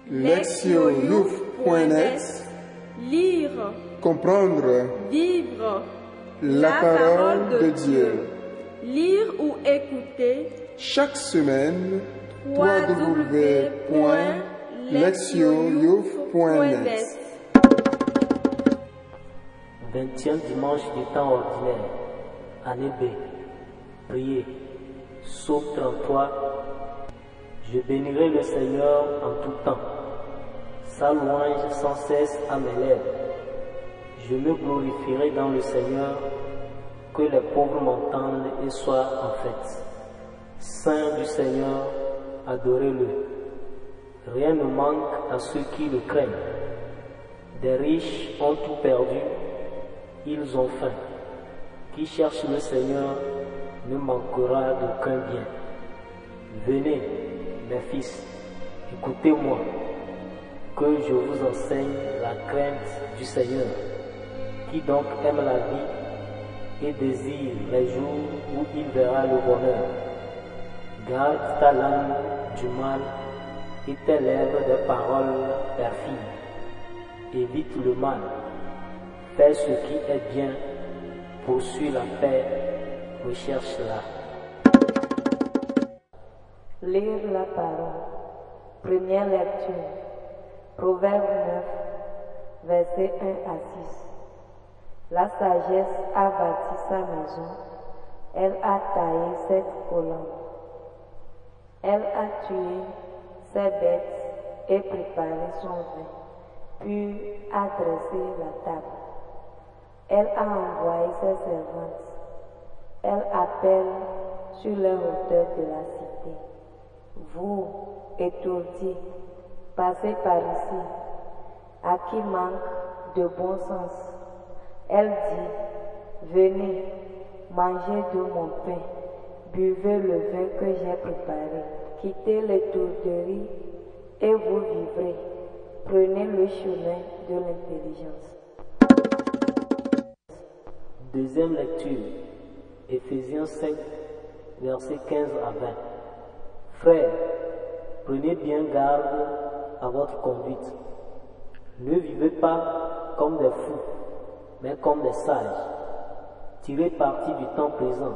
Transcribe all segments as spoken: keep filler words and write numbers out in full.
lectio youth point net. Lire, comprendre, vivre la, la parole de, de Dieu. Lire ou écouter chaque semaine w w w point lectio youth point net. Vingtième dimanche du temps ordinaire, année B. Priez. Psaume trente-trois. Je bénirai le Seigneur en tout temps. Sa louange sans cesse à mes lèvres. Je me glorifierai dans le Seigneur, que les pauvres m'entendent et soient en fête. Saint du Seigneur, adorez-le. Rien ne manque à ceux qui le craignent. Des riches ont tout perdu, ils ont faim. Qui cherche le Seigneur ne manquera d'aucun bien. Venez, mes fils, écoutez-moi, que je vous enseigne la crainte du Seigneur. Qui donc aime la vie et désire les jours où il verra le bonheur. Garde ta langue du mal et tes lèvres des paroles perfides. Évite le mal, fais ce qui est bien, poursuis la paix, recherche-la. Lire la parole. Première lecture. Proverbe neuf, versets un à six. La sagesse a bâti sa maison, elle a taillé cette colonne. Elle a tué ses bêtes et préparé son vin, puis a dressé la table. Elle a envoyé ses servantes. Elle appelle sur les hauteurs de la cité. Vous, étourdis, passez par ici, à qui manque de bon sens. Elle dit, venez, mangez de mon pain, buvez le vin que j'ai préparé, quittez l'étourderie et vous vivrez. Prenez le chemin de l'intelligence. Deuxième lecture, Éphésiens cinq, versets quinze à vingt. Frères, prenez bien garde à votre conduite. Ne vivez pas comme des fous, mais comme des sages. Tirez parti du temps présent,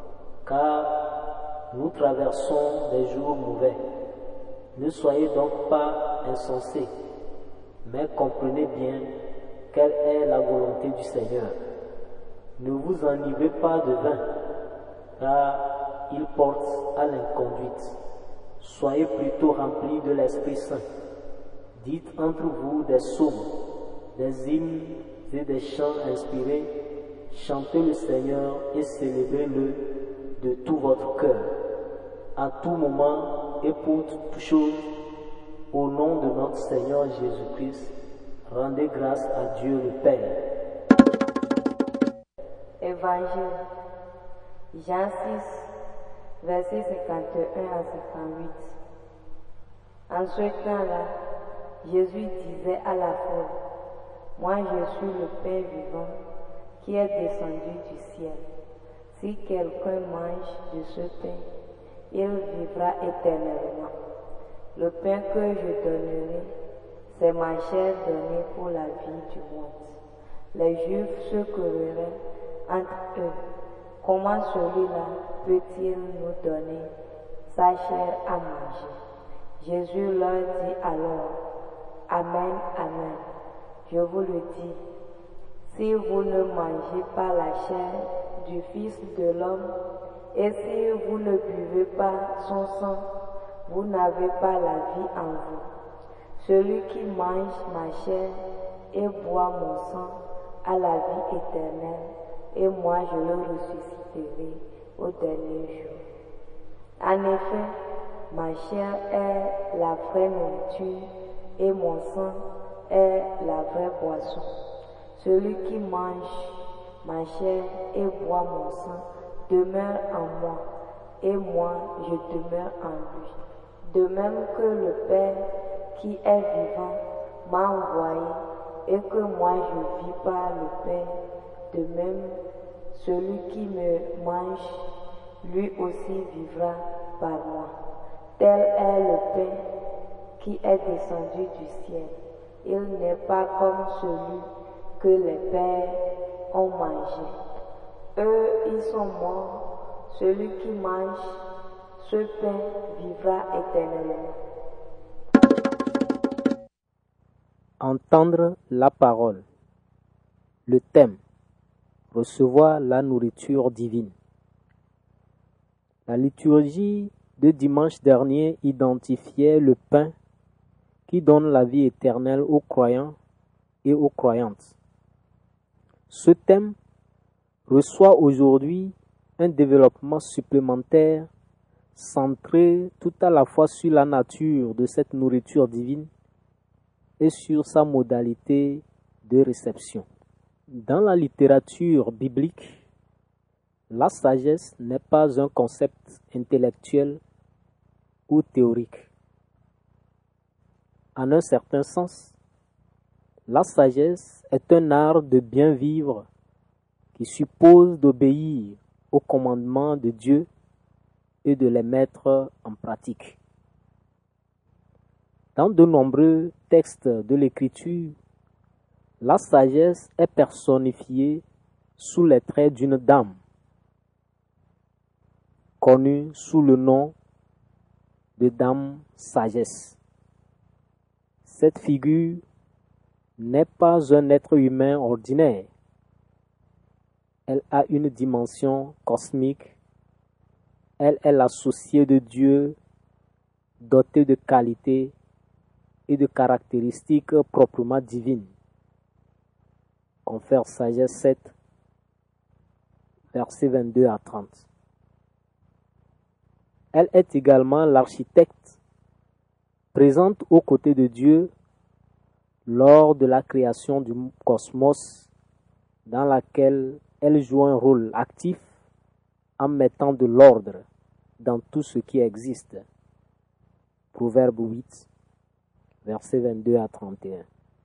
car nous traversons des jours mauvais. Ne soyez donc pas insensés, mais comprenez bien quelle est la volonté du Seigneur. Ne vous enivrez pas de vin, car il porte à l'inconduite. Soyez plutôt remplis de l'Esprit Saint. Dites entre vous des psaumes, des hymnes et des chants inspirés. Chantez le Seigneur et célébrez-le de tout votre cœur. À tout moment et pour toute chose, au nom de notre Seigneur Jésus-Christ, rendez grâce à Dieu le Père. Évangile, Jean six, versets cinquante et un à cinquante-huit. En ce temps-là, Jésus disait à la foule, moi je suis le pain vivant qui est descendu du ciel. Si quelqu'un mange de ce pain, il vivra éternellement. Le pain que je donnerai, c'est ma chair donnée pour la vie du monde. Les Juifs se querelleraient entre eux. Comment celui-là peut-il nous donner sa chair à manger? Jésus leur dit alors, Amen, Amen, je vous le dis, si vous ne mangez pas la chair du Fils de l'homme, et si vous ne buvez pas son sang, vous n'avez pas la vie en vous. Celui qui mange ma chair et boit mon sang a la vie éternelle, et moi je le ressusciterai au dernier jour. En effet, ma chair est la vraie nourriture et mon sang est la vraie boisson. Celui qui mange ma chair et boit mon sang demeure en moi et moi je demeure en lui. De même que le Père qui est vivant m'a envoyé et que moi je vis par le Père, de même celui qui me mange, lui aussi vivra par moi. Tel est le pain qui est descendu du ciel. Il n'est pas comme celui que les pères ont mangé. Eux, ils sont morts. Celui qui mange ce pain vivra éternellement. Entendre la parole. Le thème: recevoir la nourriture divine. La liturgie de dimanche dernier identifiait le pain qui donne la vie éternelle aux croyants et aux croyantes. Ce thème reçoit aujourd'hui un développement supplémentaire centré tout à la fois sur la nature de cette nourriture divine et sur sa modalité de réception. Dans la littérature biblique, la sagesse n'est pas un concept intellectuel ou théorique. En un certain sens, la sagesse est un art de bien vivre qui suppose d'obéir aux commandements de Dieu et de les mettre en pratique. Dans de nombreux textes de l'Écriture, la sagesse est personnifiée sous les traits d'une dame, connue sous le nom de dame sagesse. Cette figure n'est pas un être humain ordinaire. Elle a une dimension cosmique. Elle est l'associée de Dieu, dotée de qualités et de caractéristiques proprement divines. Confère Sagesse sept, versets vingt-deux à trente. Elle est également l'architecte, présente aux côtés de Dieu lors de la création du cosmos, dans laquelle elle joue un rôle actif en mettant de l'ordre dans tout ce qui existe. Proverbe huit, versets vingt-deux à trente et un.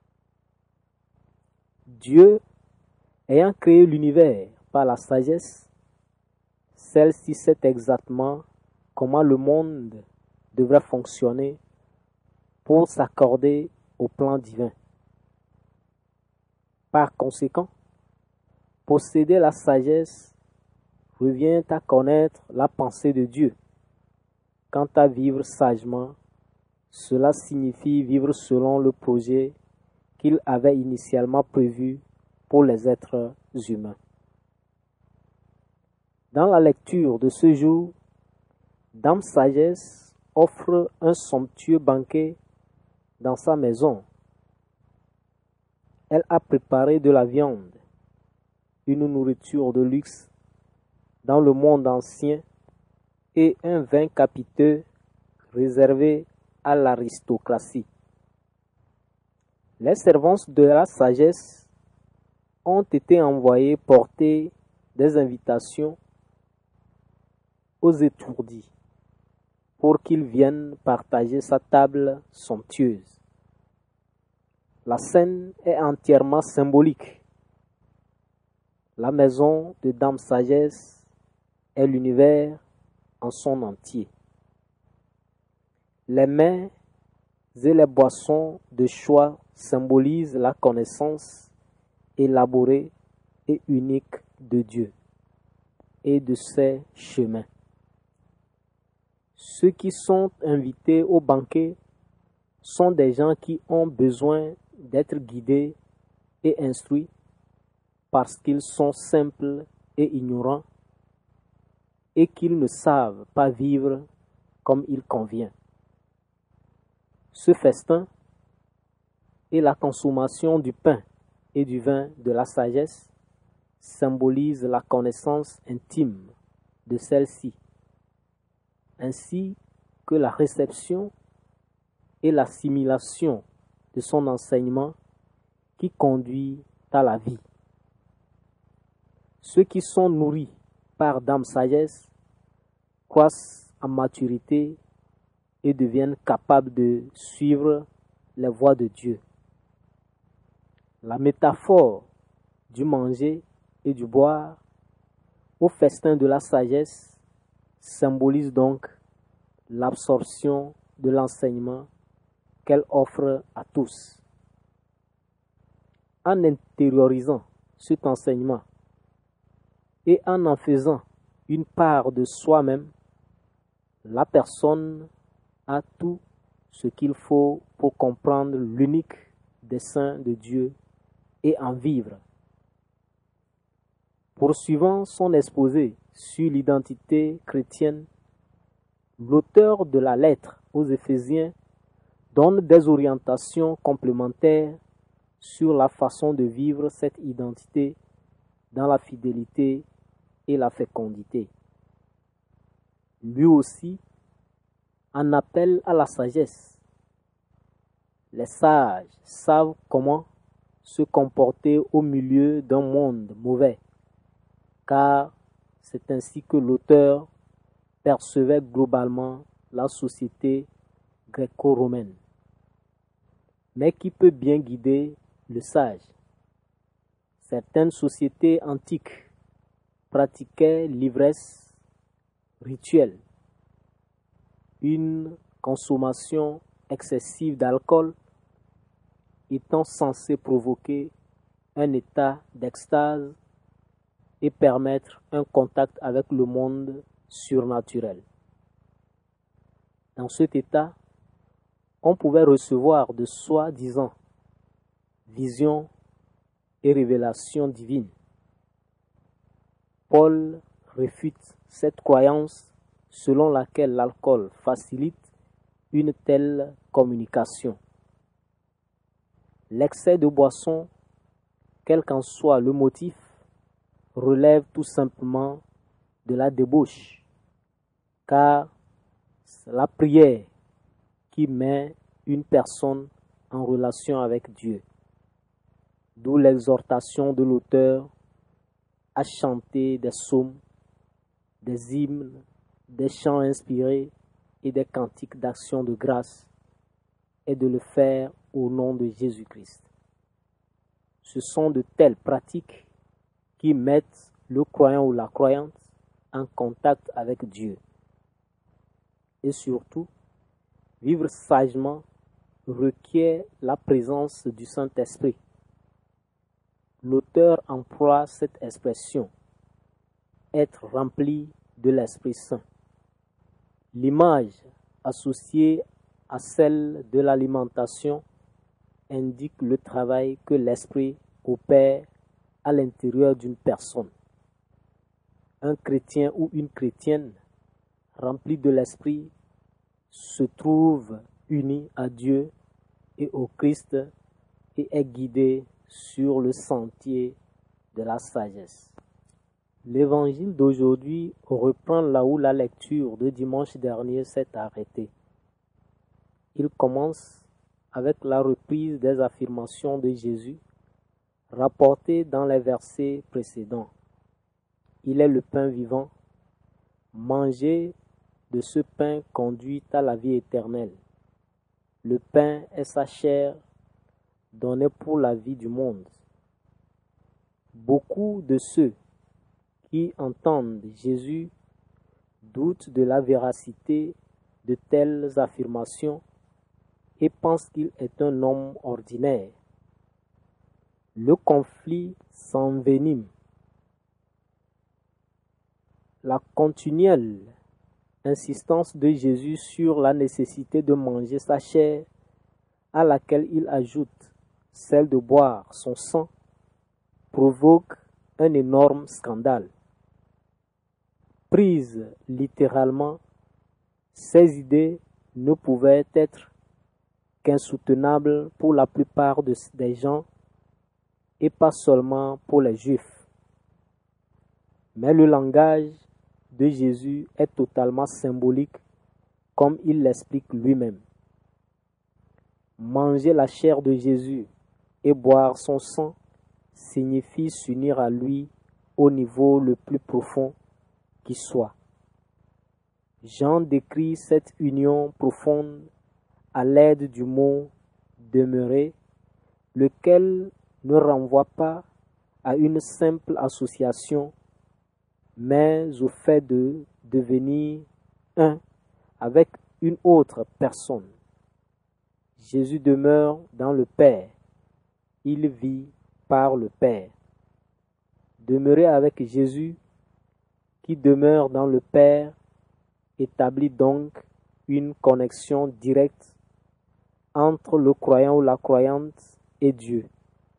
Dieu, ayant créé l'univers par la sagesse, celle-ci sait exactement comment le monde devrait fonctionner pour s'accorder au plan divin. Par conséquent, posséder la sagesse revient à connaître la pensée de Dieu. Quant à vivre sagement, cela signifie vivre selon le projet qu'il avait initialement prévu pour les êtres humains. Dans la lecture de ce jour, Dame Sagesse offre un somptueux banquet dans sa maison. Elle a préparé de la viande, une nourriture de luxe dans le monde ancien et un vin capiteux réservé à l'aristocratie. Les servantes de la sagesse ont été envoyées porter des invitations aux étourdis pour qu'ils viennent partager sa table somptueuse. La scène est entièrement symbolique. La maison de Dame Sagesse est l'univers en son entier. Les mets et les boissons de choix symbolisent la connaissance élaborée et unique de Dieu et de ses chemins. Ceux qui sont invités au banquet sont des gens qui ont besoin d'être guidés et instruits parce qu'ils sont simples et ignorants et qu'ils ne savent pas vivre comme il convient. Ce festin et la consommation du pain et du vin de la sagesse symbolisent la connaissance intime de celle-ci, ainsi que la réception et l'assimilation de son enseignement qui conduit à la vie. Ceux qui sont nourris par Dame Sagesse croissent en maturité et deviennent capables de suivre les voies de Dieu. La métaphore du manger et du boire au festin de la sagesse symbolise donc l'absorption de l'enseignement qu'elle offre à tous. En intériorisant cet enseignement et en en faisant une part de soi-même, la personne a tout ce qu'il faut pour comprendre l'unique dessein de Dieu et en vivre. Poursuivant son exposé sur l'identité chrétienne, l'auteur de la lettre aux Éphésiens donne des orientations complémentaires sur la façon de vivre cette identité dans la fidélité et la fécondité. Lui aussi en appelle à la sagesse. Les sages savent comment se comporter au milieu d'un monde mauvais, car c'est ainsi que l'auteur percevait globalement la société gréco-romaine. Mais qui peut bien guider le sage? Certaines sociétés antiques pratiquaient l'ivresse rituelle, une consommation excessive d'alcool étant censée provoquer un état d'extase et permettre un contact avec le monde surnaturel. Dans cet état, on pouvait recevoir de soi-disant visions et révélations divines. Paul réfute cette croyance selon laquelle l'alcool facilite une telle communication. L'excès de boisson, quel qu'en soit le motif, relève tout simplement de la débauche, car c'est la prière qui met une personne en relation avec Dieu. D'où l'exhortation de l'auteur à chanter des psaumes, des hymnes, des chants inspirés et des cantiques d'action de grâce, et de le faire au nom de Jésus-Christ. Ce sont de telles pratiques qui mettent le croyant ou la croyante en contact avec Dieu. Et surtout, vivre sagement requiert la présence du Saint-Esprit. L'auteur emploie cette expression, être rempli de l'Esprit Saint. L'image associée à celle de l'alimentation indique le travail que l'Esprit opère à l'intérieur d'une personne. Un chrétien ou une chrétienne rempli de l'Esprit se trouve uni à Dieu et au Christ et est guidé sur le sentier de la sagesse. L'évangile d'aujourd'hui reprend là où la lecture de dimanche dernier s'est arrêtée. Il commence avec la reprise des affirmations de Jésus rapportées dans les versets précédents. Il est le pain vivant. Manger de ce pain conduit à la vie éternelle. Le pain est sa chair donnée pour la vie du monde. Beaucoup de ceux qui entendent Jésus doutent de la véracité de telles affirmations et pensent qu'il est un homme ordinaire. Le conflit s'envenime. La continuelle insistance de Jésus sur la nécessité de manger sa chair, à laquelle il ajoute celle de boire son sang, provoque un énorme scandale. Prises littéralement, ces idées ne pouvaient être qu'insoutenables pour la plupart de, des gens et pas seulement pour les Juifs. Mais le langage de Jésus est totalement symbolique, comme il l'explique lui-même. Manger la chair de Jésus et boire son sang signifie s'unir à lui au niveau le plus profond qui soit. Jean décrit cette union profonde à l'aide du mot « demeurer », lequel ne renvoie pas à une simple association, mais au fait de devenir un avec une autre personne. Jésus demeure dans le Père. Il vit par le Père. Demeurer avec Jésus qui demeure dans le Père établit donc une connexion directe entre le croyant ou la croyante et Dieu.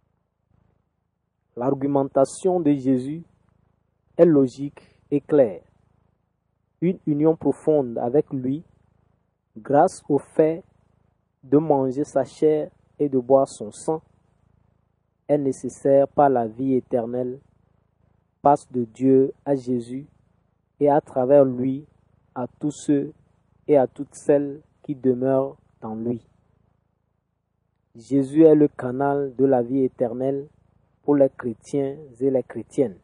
L'argumentation de Jésus est logique et claire. Une union profonde avec lui, grâce au fait de manger sa chair et de boire son sang, est nécessaire par la vie éternelle, passe de Dieu à Jésus et à travers lui à tous ceux et à toutes celles qui demeurent en lui. Jésus est le canal de la vie éternelle pour les chrétiens et les chrétiennes.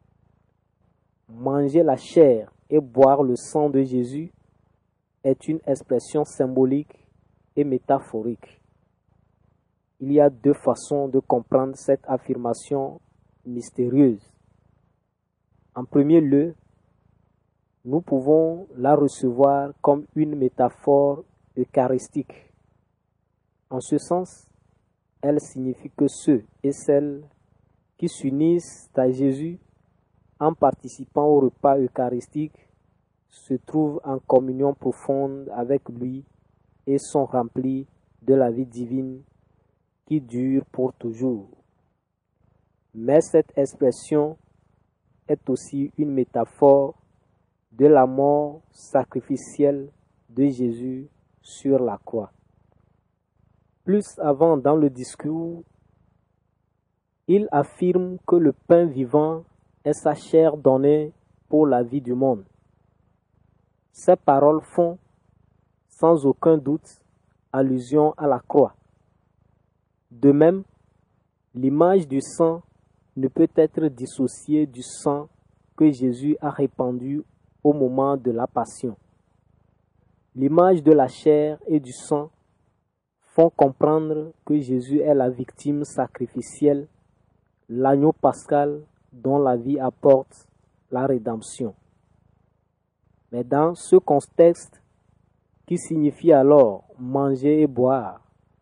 Manger la chair et boire le sang de Jésus est une expression symbolique et métaphorique. Il y a deux façons de comprendre cette affirmation mystérieuse. En premier lieu, nous pouvons la recevoir comme une métaphore eucharistique. En ce sens, elle signifie que ceux et celles qui s'unissent à Jésus en participant au repas eucharistique se trouvent en communion profonde avec lui et sont remplis de la vie divine qui dure pour toujours. Mais cette expression est aussi une métaphore de la mort sacrificielle de Jésus sur la croix. Plus avant dans le discours, il affirme que le pain vivant est sa chair donnée pour la vie du monde. Ces paroles font, sans aucun doute, allusion à la croix. De même, l'image du sang ne peut être dissociée du sang que Jésus a répandu au moment de la passion. L'image de la chair et du sang font comprendre que Jésus est la victime sacrificielle, l'agneau pascal dont la vie apporte la rédemption. Mais dans ce contexte qui signifie alors manger et boire,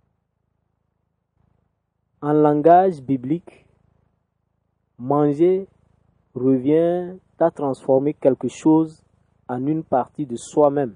en langage biblique, manger revient à transformer quelque chose en une partie de soi-même.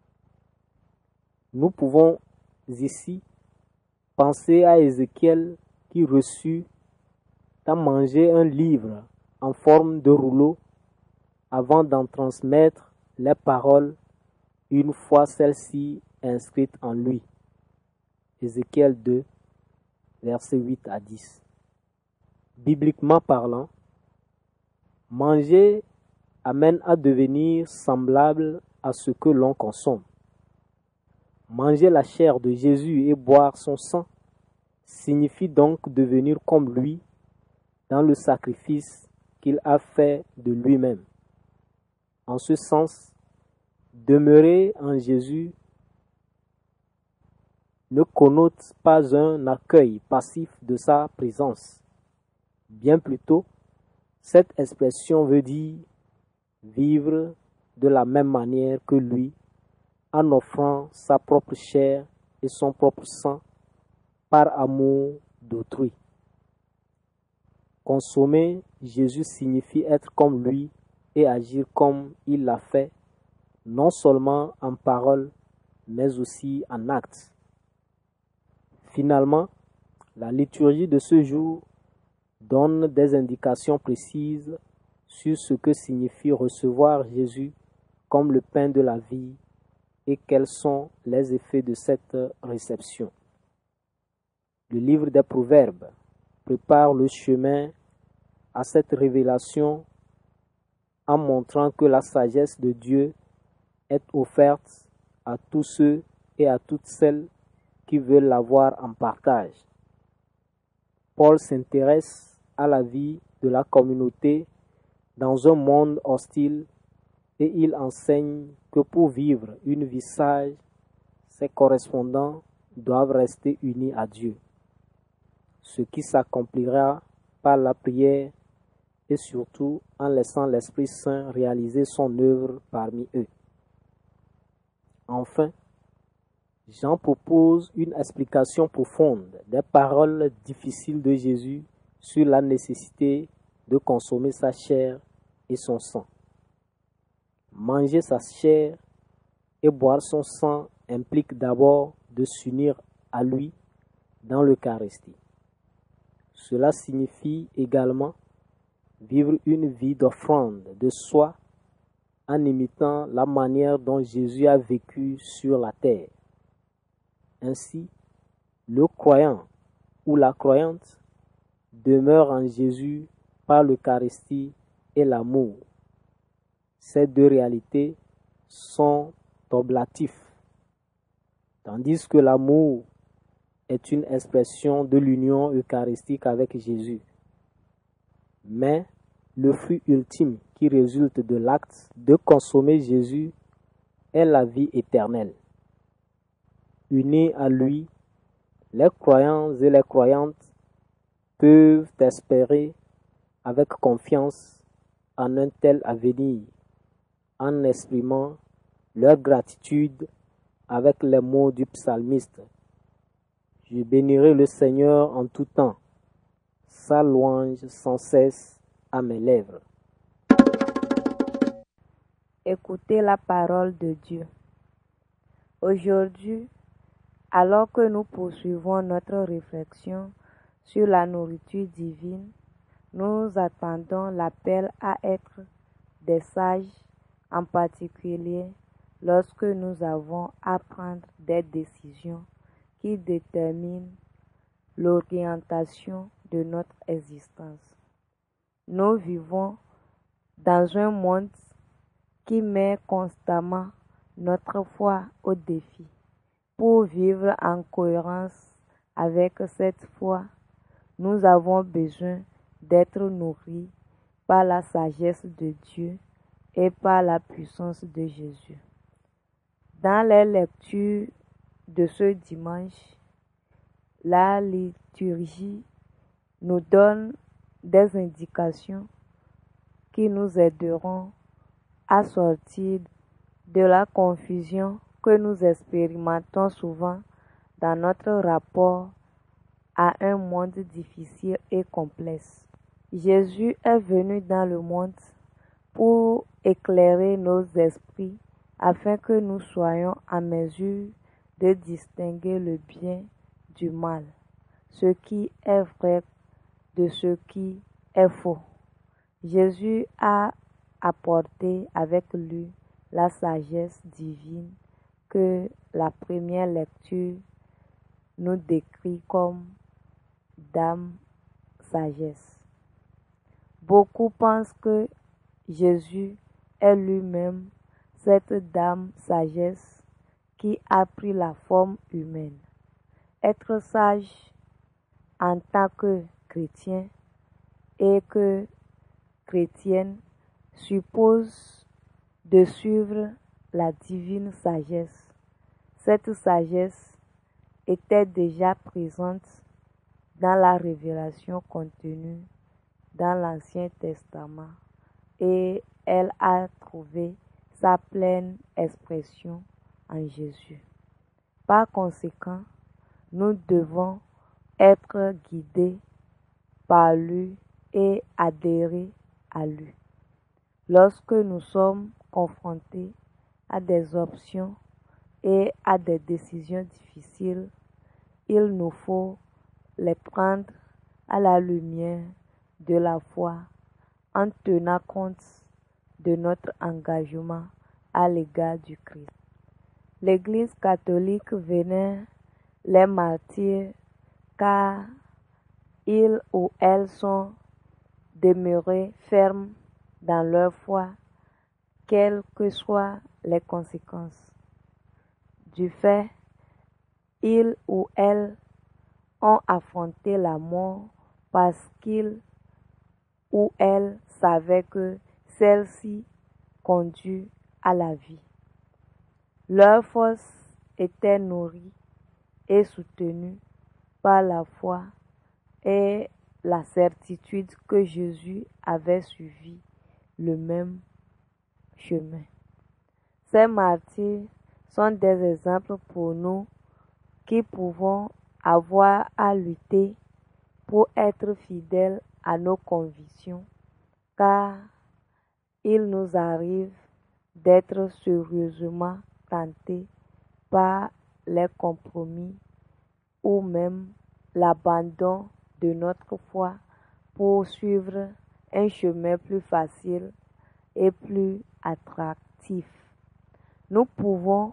Nous pouvons ici penser à Ézéchiel qui reçut à manger un livre en forme de rouleau avant d'en transmettre les paroles une fois celles-ci inscrites en lui. Ézéchiel deux, versets huit à dix. Bibliquement parlant, manger amène à devenir semblable à ce que l'on consomme. Manger la chair de Jésus et boire son sang signifie donc devenir comme lui dans le sacrifice qu'il a fait de lui-même. En ce sens, demeurer en Jésus ne connote pas un accueil passif de sa présence. Bien plutôt, cette expression veut dire vivre de la même manière que lui, en offrant sa propre chair et son propre sang par amour d'autrui. Consommer Jésus signifie être comme lui et agir comme il l'a fait, non seulement en parole, mais aussi en acte. Finalement, la liturgie de ce jour donne des indications précises sur ce que signifie recevoir Jésus comme le pain de la vie et quels sont les effets de cette réception. Le livre des Proverbes prépare le chemin à cette révélation en montrant que la sagesse de Dieu est offerte à tous ceux et à toutes celles qui veulent l'avoir en partage. Paul s'intéresse à la vie de la communauté dans un monde hostile et il enseigne que pour vivre une vie sage, ses correspondants doivent rester unis à Dieu, ce qui s'accomplira par la prière et surtout en laissant l'Esprit Saint réaliser son œuvre parmi eux. Enfin, Jean propose une explication profonde des paroles difficiles de Jésus sur la nécessité de consommer sa chair et son sang. Manger sa chair et boire son sang implique d'abord de s'unir à lui dans l'Eucharistie. Cela signifie également vivre une vie d'offrande de soi en imitant la manière dont Jésus a vécu sur la terre. Ainsi, le croyant ou la croyante demeure en Jésus par l'Eucharistie et l'amour. Ces deux réalités sont oblatifs, tandis que l'amour est une expression de l'union eucharistique avec Jésus. Mais le fruit ultime qui résulte de l'acte de consommer Jésus est la vie éternelle. Unis à lui, les croyants et les croyantes peuvent espérer avec confiance en un tel avenir, en exprimant leur gratitude avec les mots du psalmiste. Je bénirai le Seigneur en tout temps, sa louange sans cesse à mes lèvres. Écoutez la parole de Dieu. Aujourd'hui, alors que nous poursuivons notre réflexion sur la nourriture divine, nous attendons l'appel à être des sages, en particulier lorsque nous avons à prendre des décisions qui déterminent l'orientation de notre existence. Nous vivons dans un monde qui met constamment notre foi au défi. Pour vivre en cohérence avec cette foi, nous avons besoin d'être nourris par la sagesse de Dieu et par la puissance de Jésus. Dans les lectures de ce dimanche, la liturgie nous donne des indications qui nous aideront à sortir de la confusion que nous expérimentons souvent dans notre rapport à un monde difficile et complexe. Jésus est venu dans le monde pour éclairer nos esprits afin que nous soyons en mesure de distinguer le bien du mal, ce qui est vrai de ce qui est faux. Jésus a apporté avec lui la sagesse divine que la première lecture nous décrit comme Dame sagesse. Beaucoup pensent que Jésus est lui-même cette Dame sagesse qui a pris la forme humaine. Être sage en tant que chrétien et que chrétienne suppose de suivre la divine sagesse. Cette sagesse était déjà présente dans la révélation contenue dans l'Ancien Testament et elle a trouvé sa pleine expression en Jésus. Par conséquent, nous devons être guidés par lui et adhérer à lui. Lorsque nous sommes confrontés à des options et à des décisions difficiles, il nous faut les prendre à la lumière de la foi en tenant compte de notre engagement à l'égard du Christ. L'Église catholique vénère les martyrs car ils ou elles sont demeurés fermes dans leur foi, quelles que soient les conséquences. Du fait, ils ou elles ont affronté la mort parce qu'ils ou elles savaient que celle-ci conduit à la vie. Leur force était nourrie et soutenue par la foi et la certitude que Jésus avait suivi le même chemin. Ces martyrs sont des exemples pour nous qui pouvons avoir à lutter pour être fidèles à nos convictions, car il nous arrive d'être sérieusement tentés par les compromis ou même l'abandon de notre foi pour suivre un chemin plus facile et plus attractif. Nous pouvons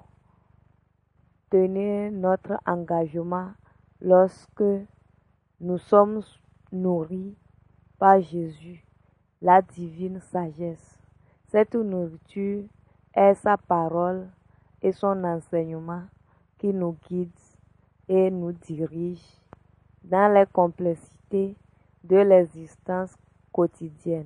tenir notre engagement lorsque nous sommes nourris par Jésus, la divine sagesse. Cette nourriture est sa parole et son enseignement qui nous guide et nous dirige dans les complexités de l'existence quotidienne.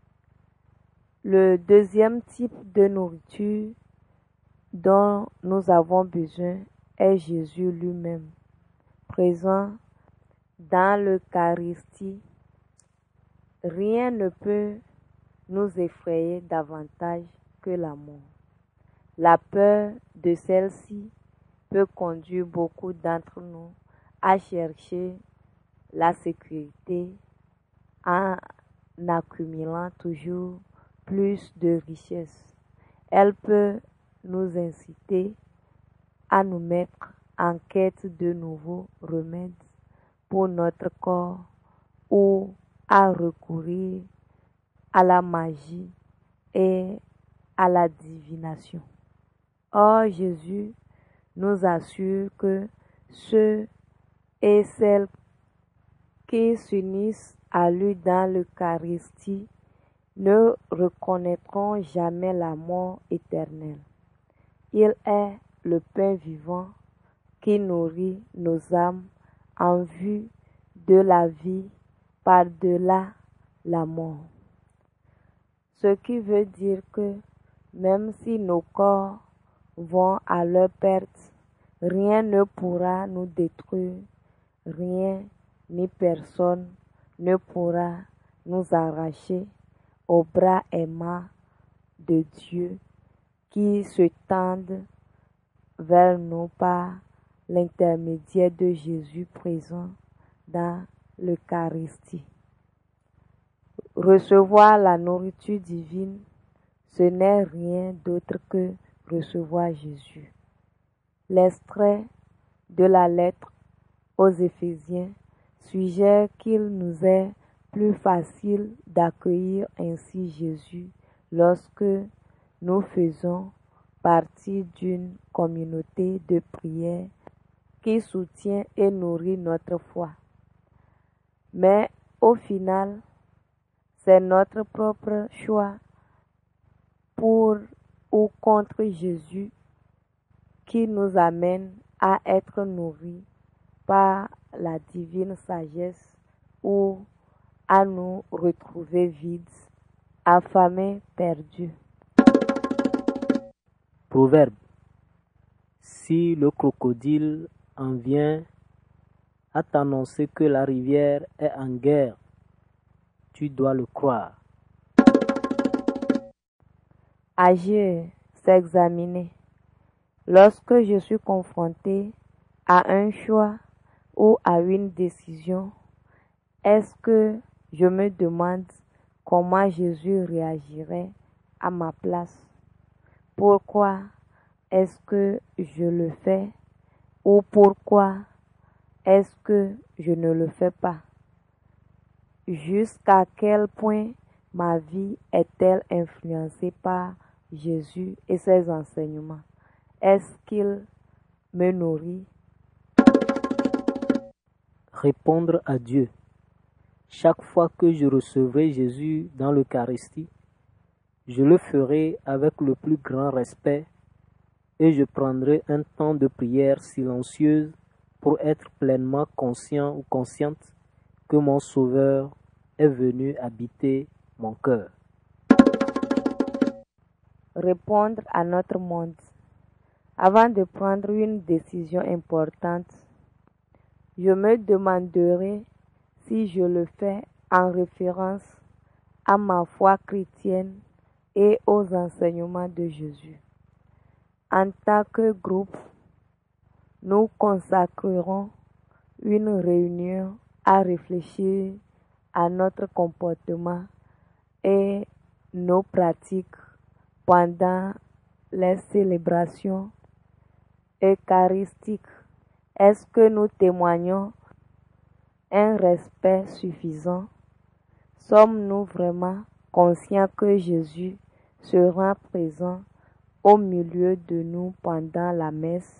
Le deuxième type de nourriture dont nous avons besoin est Jésus lui-même, présent dans l'Eucharistie. Rien ne peut nous effrayer davantage que la mort. La peur de celle-ci peut conduire beaucoup d'entre nous à chercher la sécurité en accumulant toujours plus de richesses. Elle peut nous inciter à nous mettre en quête de nouveaux remèdes pour notre corps ou à recourir à la magie et à la divination. Or, Jésus nous assure que ceux et celles qui s'unissent à lui dans l'Eucharistie ne reconnaîtront jamais la mort éternelle. Il est le pain vivant qui nourrit nos âmes en vue de la vie par-delà la mort. Ce qui veut dire que même si nos corps vont à leur perte, rien ne pourra nous détruire, rien ni personne ne pourra nous arracher aux bras aimants de Dieu qui se tendent vers nous par l'intermédiaire de Jésus présent dans l'Eucharistie. Recevoir la nourriture divine, ce n'est rien d'autre que recevoir Jésus. L'extrait de la lettre aux Éphésiens suggère qu'il nous est plus facile d'accueillir ainsi Jésus lorsque nous faisons partie d'une communauté de prière qui soutient et nourrit notre foi. Mais au final, c'est notre propre choix pour ou contre Jésus qui nous amène à être nourris par la divine sagesse ou à nous retrouver vides, affamés, perdus. Proverbe. Si le crocodile en vient à t'annoncer que la rivière est en guerre, tu dois le croire. Agir, s'examiner. Lorsque je suis confronté à un choix ou à une décision, est-ce que je me demande comment Jésus réagirait à ma place? Pourquoi est-ce que je le fais ou pourquoi est-ce que je ne le fais pas? Jusqu'à quel point ma vie est-elle influencée par Jésus et ses enseignements? Est-ce qu'il me nourrit? Répondre à Dieu. Chaque fois que je recevrai Jésus dans l'Eucharistie, je le ferai avec le plus grand respect et je prendrai un temps de prière silencieuse pour être pleinement conscient ou consciente que mon Sauveur est venu habiter mon cœur. Répondre à notre monde. Avant de prendre une décision importante, je me demanderai si je le fais en référence à ma foi chrétienne et aux enseignements de Jésus. En tant que groupe, nous consacrerons une réunion à réfléchir à notre comportement et nos pratiques pendant les célébrations eucharistiques. Est-ce que nous témoignons un respect suffisant? Sommes-nous vraiment conscients que Jésus sera présent au milieu de nous pendant la messe?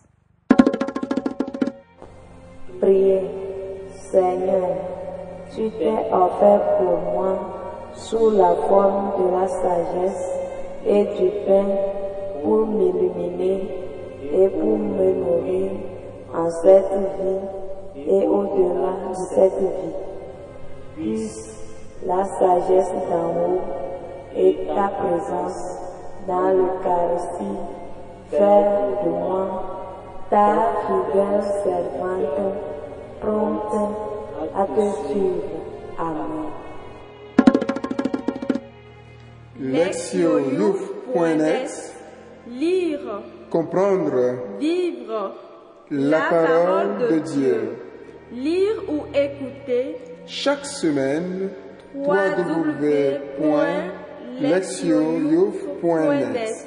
Priez. Seigneur, tu t'es offert pour moi sous la forme de la sagesse et du pain pour m'illuminer et pour me nourrir en cette vie et au-delà de cette vie. Puisse la sagesse d'en haut et ta présence dans l'Eucharistie faire de moi ta fidèle servante prompte à te suivre. Amen. lectio youf point net. Lire, Comprendre vivre la parole de Dieu. Lire ou écouter Chaque semaine, w w w point lectio youf point net.